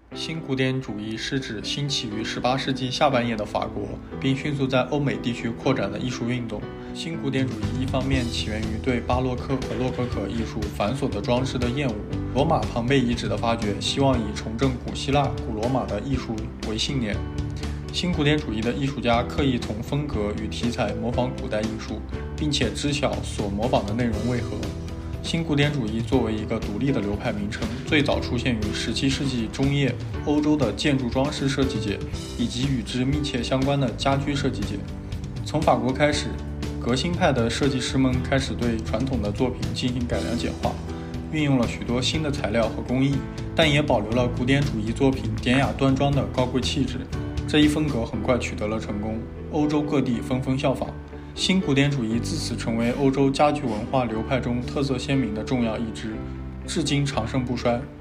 新古典主义是指兴起于18世纪下半叶的法国，并迅速在欧美地区扩展的艺术运动。新古典主义一方面起源于对巴洛克和洛可可艺术繁琐的装饰的厌恶，罗马庞贝遗址的发掘希望以重振古希腊、古罗马的艺术为信念。新古典主义的艺术家刻意从风格与题材模仿古代艺术，并且知晓所模仿的内容为何。新古典主义作为一个独立的流派名称，最早出现于17世纪中叶欧洲的建筑装饰设计界，以及与之密切相关的家居设计界。从法国开始，革新派的设计师们开始对传统的作品进行改良简化，运用了许多新的材料和工艺，但也保留了古典主义作品典雅端庄的高贵气质。这一风格很快取得了成功，欧洲各地纷纷效仿。新古典主义自此成为欧洲家具文化流派中特色鲜明的重要一支，至今长盛不衰。